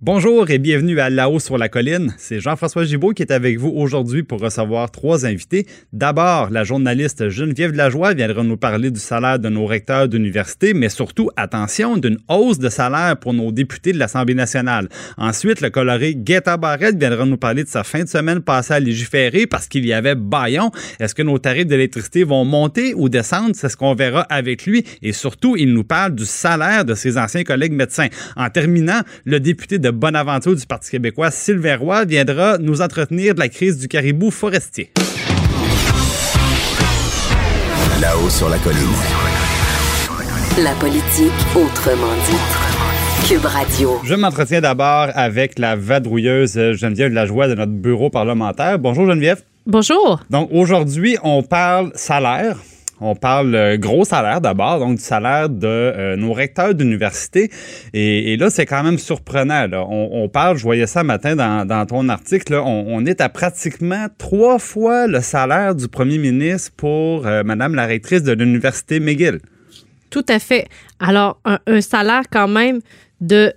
Bonjour et bienvenue à Là-haut sur la colline. C'est Jean-François Gibault qui est avec vous aujourd'hui pour recevoir 3 invités. D'abord, la journaliste Geneviève Lajoie viendra nous parler du salaire de nos recteurs d'université, mais surtout, attention, d'une hausse de salaire pour nos députés de l'Assemblée nationale. Ensuite, le coloré Guetta Barrette viendra nous parler de sa fin de semaine passée à légiférer parce qu'il y avait bâillon. Est-ce que nos tarifs d'électricité vont monter ou descendre? C'est ce qu'on verra avec lui. Et surtout, il nous parle du salaire de ses anciens collègues médecins. En terminant, le député de Bonaventure du Parti québécois, Sylvain Roy, viendra nous entretenir de la crise du caribou forestier. Là-haut sur la colline. La politique autrement dit. Cube Radio. Je m'entretiens d'abord avec la vadrouilleuse Geneviève Lajoie de notre bureau parlementaire. Bonjour Geneviève. Bonjour. Donc aujourd'hui, on parle salaire. On parle gros salaire d'abord, donc du salaire de nos recteurs d'université. Et là, c'est quand même surprenant. Là. On parle, je voyais ça matin dans ton article, là, on est à pratiquement 3 fois le salaire du premier ministre pour Madame la rectrice de l'Université McGill. Tout à fait. Alors, un salaire quand même de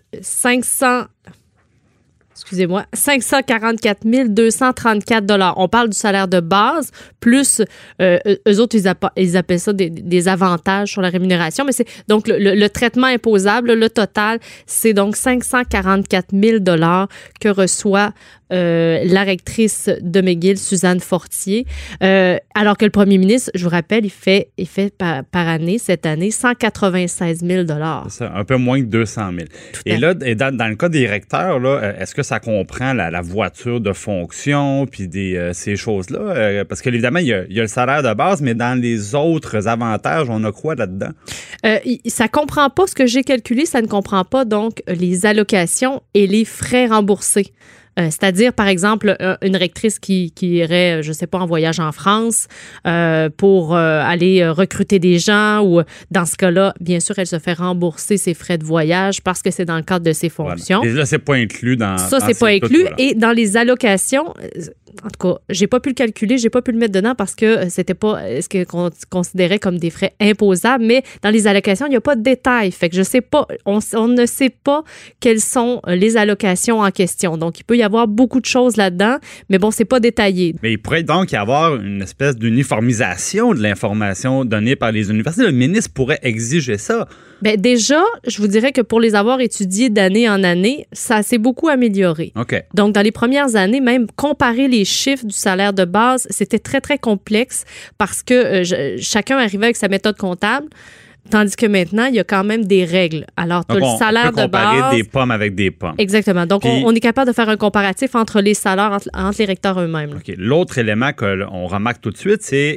544 234 $. On parle du salaire de base, plus eux autres, ils appellent ça des avantages sur la rémunération. Mais c'est donc le traitement imposable, le total, c'est donc 544 000 $ que reçoit la rectrice de McGill, Suzanne Fortier. Alors que le premier ministre, je vous rappelle, il fait par année, cette année, 196 000 $. C'est ça, un peu moins que 200 000. Et là, dans le cas des recteurs, là, est-ce que ça comprend la voiture de fonction puis ces choses-là? Parce qu'évidemment, il y a le salaire de base, mais dans les autres avantages, on a quoi là-dedans? Ça comprend pas ce que j'ai calculé, ça ne comprend pas donc les allocations et les frais remboursés. C'est-à-dire, par exemple, une rectrice qui irait, je sais pas, en voyage en France pour aller recruter des gens ou, dans ce cas-là, bien sûr, elle se fait rembourser ses frais de voyage parce que c'est dans le cadre de ses fonctions. Voilà. Et là, c'est pas inclus dans... Ça, c'est pas inclus. Et dans les allocations... En tout cas, j'ai pas pu le calculer, j'ai pas pu le mettre dedans parce que c'était pas ce qu'on considérait comme des frais imposables, mais dans les allocations, il n'y a pas de détails. Fait que je sais pas, on ne sait pas quelles sont les allocations en question. Donc, il peut y avoir beaucoup de choses là-dedans, mais bon, c'est pas détaillé. Mais il pourrait donc y avoir une espèce d'uniformisation de l'information donnée par les universités. Le ministre pourrait exiger ça. Bien, déjà, je vous dirais que pour les avoir étudiés d'année en année, ça s'est beaucoup amélioré. OK. Donc, dans les premières années, même comparer les chiffres du salaire de base, c'était très, très complexe parce que chacun arrivait avec sa méthode comptable. Tandis que maintenant, il y a quand même des règles. Alors, tu as le salaire de base. On peut comparer des pommes avec des pommes. Exactement. Donc, on est capable de faire un comparatif entre les salaires, entre les recteurs eux-mêmes. OK. L'autre élément qu'on remarque tout de suite, c'est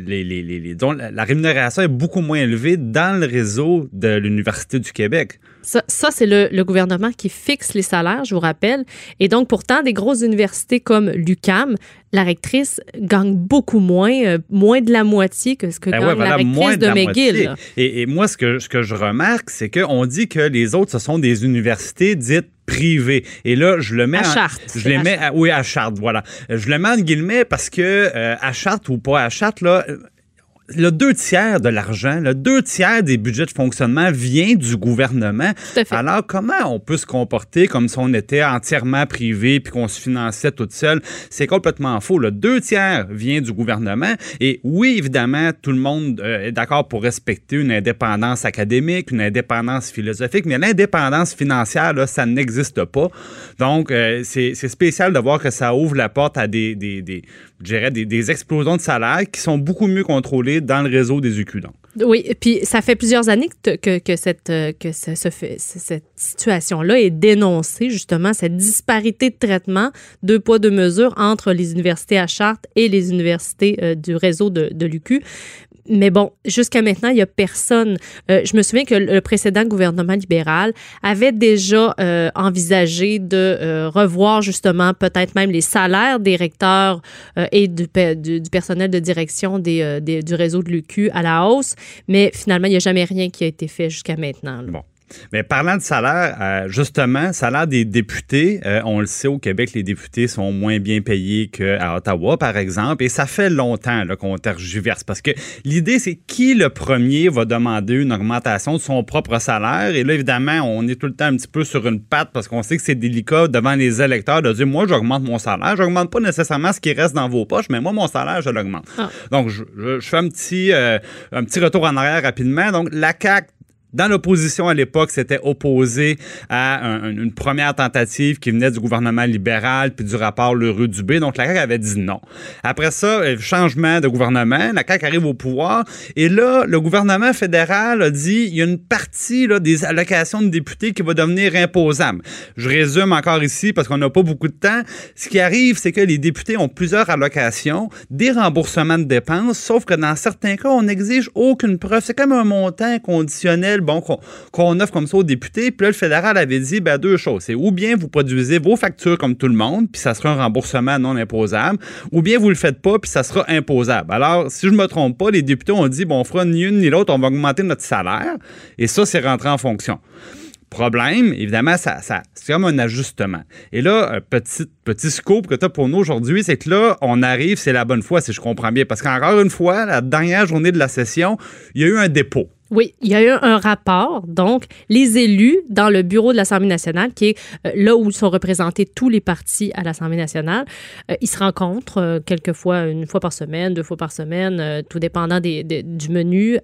la rémunération est beaucoup moins élevée dans le réseau de l'Université du Québec. Ça c'est le gouvernement qui fixe les salaires, je vous rappelle. Et donc, pourtant, des grosses universités comme l'UQAM, la rectrice gagne beaucoup moins, moins de la moitié que ce que gagne la rectrice de McGill. Et moi, ce que je remarque, c'est qu'on dit que les autres, ce sont des universités dites privées. Et là, je le mets à Chartres. Oui, à Chartres, voilà. Je le mets en guillemets parce que à Chartres ou pas à Chartres, là, le 2/3 de l'argent, le 2/3 des budgets de fonctionnement vient du gouvernement. Tout à fait. Alors, comment on peut se comporter comme si on était entièrement privé puis qu'on se finançait toute seule? C'est complètement faux. Le 2/3 vient du gouvernement. Et oui, évidemment, tout le monde est d'accord pour respecter une indépendance académique, une indépendance philosophique, mais l'indépendance financière, là, ça n'existe pas. Donc, c'est spécial de voir que ça ouvre la porte à des explosions de salaire qui sont beaucoup mieux contrôlées dans le réseau des UQ. Donc. Oui, puis ça fait plusieurs années que cette situation-là est dénoncée, justement, cette disparité de traitement, 2 poids, 2 mesures entre les universités à Chartres et les universités du réseau de l'UQ. Mais bon, jusqu'à maintenant, il n'y a personne. Je me souviens que le précédent gouvernement libéral avait déjà envisagé de revoir justement peut-être même les salaires des recteurs et du personnel de direction du réseau de l'UQ à la hausse. Mais finalement, il n'y a jamais rien qui a été fait jusqu'à maintenant. Là. Bon. Mais parlant de salaire, justement, salaire des députés, on le sait, au Québec, les députés sont moins bien payés qu'à Ottawa, par exemple, et ça fait longtemps là, qu'on tergiverse, parce que l'idée, c'est qui le premier va demander une augmentation de son propre salaire, et là, évidemment, on est tout le temps un petit peu sur une patte, parce qu'on sait que c'est délicat devant les électeurs de dire, moi, j'augmente mon salaire, j'augmente pas nécessairement ce qui reste dans vos poches, mais moi, mon salaire, je l'augmente. Ah. Donc, je fais un petit retour en arrière rapidement. Donc, la CAQ, dans l'opposition à l'époque, s'était opposé à une première tentative qui venait du gouvernement libéral puis du rapport Leroux-Dubé. Donc, la CAQ avait dit non. Après ça, changement de gouvernement, la CAQ arrive au pouvoir et là, le gouvernement fédéral a dit il y a une partie là, des allocations de députés qui va devenir imposable. Je résume encore ici parce qu'on n'a pas beaucoup de temps. Ce qui arrive, c'est que les députés ont plusieurs allocations, des remboursements de dépenses, sauf que dans certains cas, on n'exige aucune preuve. C'est comme un montant conditionnel qu'on offre comme ça aux députés. Puis là, le fédéral avait dit, deux choses. C'est ou bien vous produisez vos factures comme tout le monde, puis ça sera un remboursement non imposable, ou bien vous le faites pas, puis ça sera imposable. Alors, si je me trompe pas, les députés ont dit, on fera ni une ni l'autre, on va augmenter notre salaire. Et ça, c'est rentré en fonction. Problème, évidemment, ça c'est comme un ajustement. Et là, petit scoop que tu as pour nous aujourd'hui, c'est que là, on arrive, c'est la bonne fois, si je comprends bien. Parce qu'encore une fois, la dernière journée de la session, il y a eu un dépôt. Oui, il y a eu un rapport. Donc, les élus dans le bureau de l'Assemblée nationale, qui est là où sont représentés tous les partis à l'Assemblée nationale, ils se rencontrent quelquefois une fois par semaine, 2 fois par semaine, tout dépendant du menu.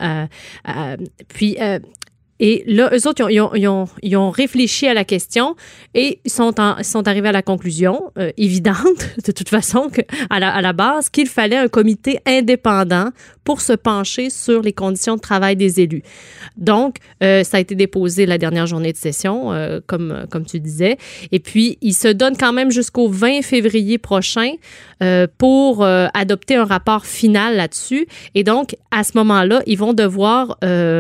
Et là, eux autres, ils ont réfléchi à la question et ils sont arrivés à la conclusion évidente, de toute façon, à la base, qu'il fallait un comité indépendant pour se pencher sur les conditions de travail des élus. Donc, ça a été déposé la dernière journée de session, comme tu disais. Et puis, ils se donnent quand même jusqu'au 20 février prochain pour adopter un rapport final là-dessus. Et donc, à ce moment-là, ils vont devoir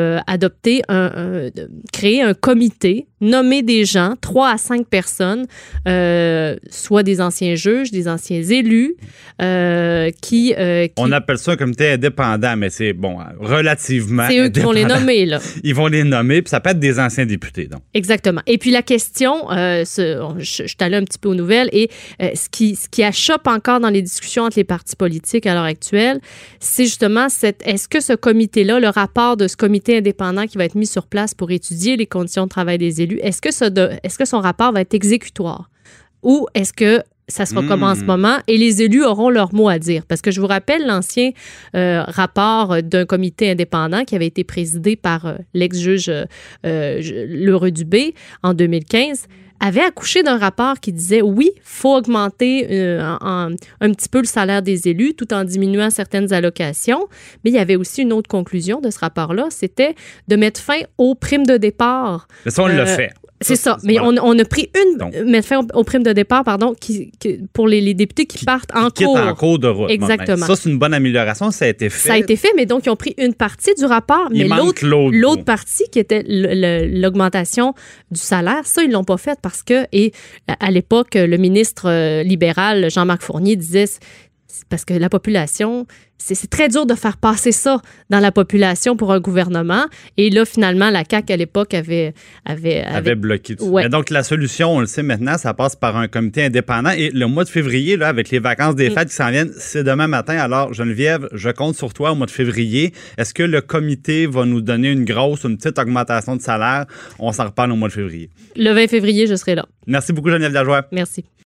créer un comité, nommer des gens, 3 à 5 personnes, soit des anciens juges, des anciens élus, qui... On appelle ça un comité indépendant, mais c'est, relativement c'est eux qui vont les nommer, là. Ils vont les nommer, puis ça peut être des anciens députés, donc. Exactement. Et puis la question, je suis allée un petit peu aux nouvelles, et ce qui achoppe encore dans les discussions entre les partis politiques à l'heure actuelle, c'est justement est-ce que ce comité-là, le rapport de ce comité indépendant qui va être mis sur place pour étudier les conditions de travail des élus, est-ce que son rapport va être exécutoire? Ou est-ce que ça sera comme en ce moment et les élus auront leur mot à dire? Parce que je vous rappelle l'ancien rapport d'un comité indépendant qui avait été présidé par l'ex-juge Leroux-Dubé en 2015, avait accouché d'un rapport qui disait, oui, il faut augmenter un petit peu le salaire des élus tout en diminuant certaines allocations. Mais il y avait aussi une autre conclusion de ce rapport-là, c'était de mettre fin aux primes de départ. Mais ça, on l'a fait. C'est ça. Mais voilà. on a pris mettre fin aux primes de départ, pour les députés qui partent en cours. Qui quittent en cours de route. Exactement. Ça, c'est une bonne amélioration. Ça a été fait. Ça a été fait, mais donc, ils ont pris une partie du rapport. Mais l'autre partie, qui était l'augmentation du salaire, ça, ils l'ont pas fait parce que, et à l'époque, le ministre libéral, Jean-Marc Fournier, disait, parce que la population, c'est très dur de faire passer ça dans la population pour un gouvernement. Et là, finalement, la CAQ, à l'époque, avait bloqué tout ça. Ouais. Mais donc, la solution, on le sait maintenant, ça passe par un comité indépendant. Et le mois de février, là, avec les vacances des fêtes qui s'en viennent, c'est demain matin. Alors, Geneviève, je compte sur toi au mois de février. Est-ce que le comité va nous donner une petite augmentation de salaire? On s'en reparle au mois de février. Le 20 février, je serai là. Merci beaucoup, Geneviève Lajoie. Merci.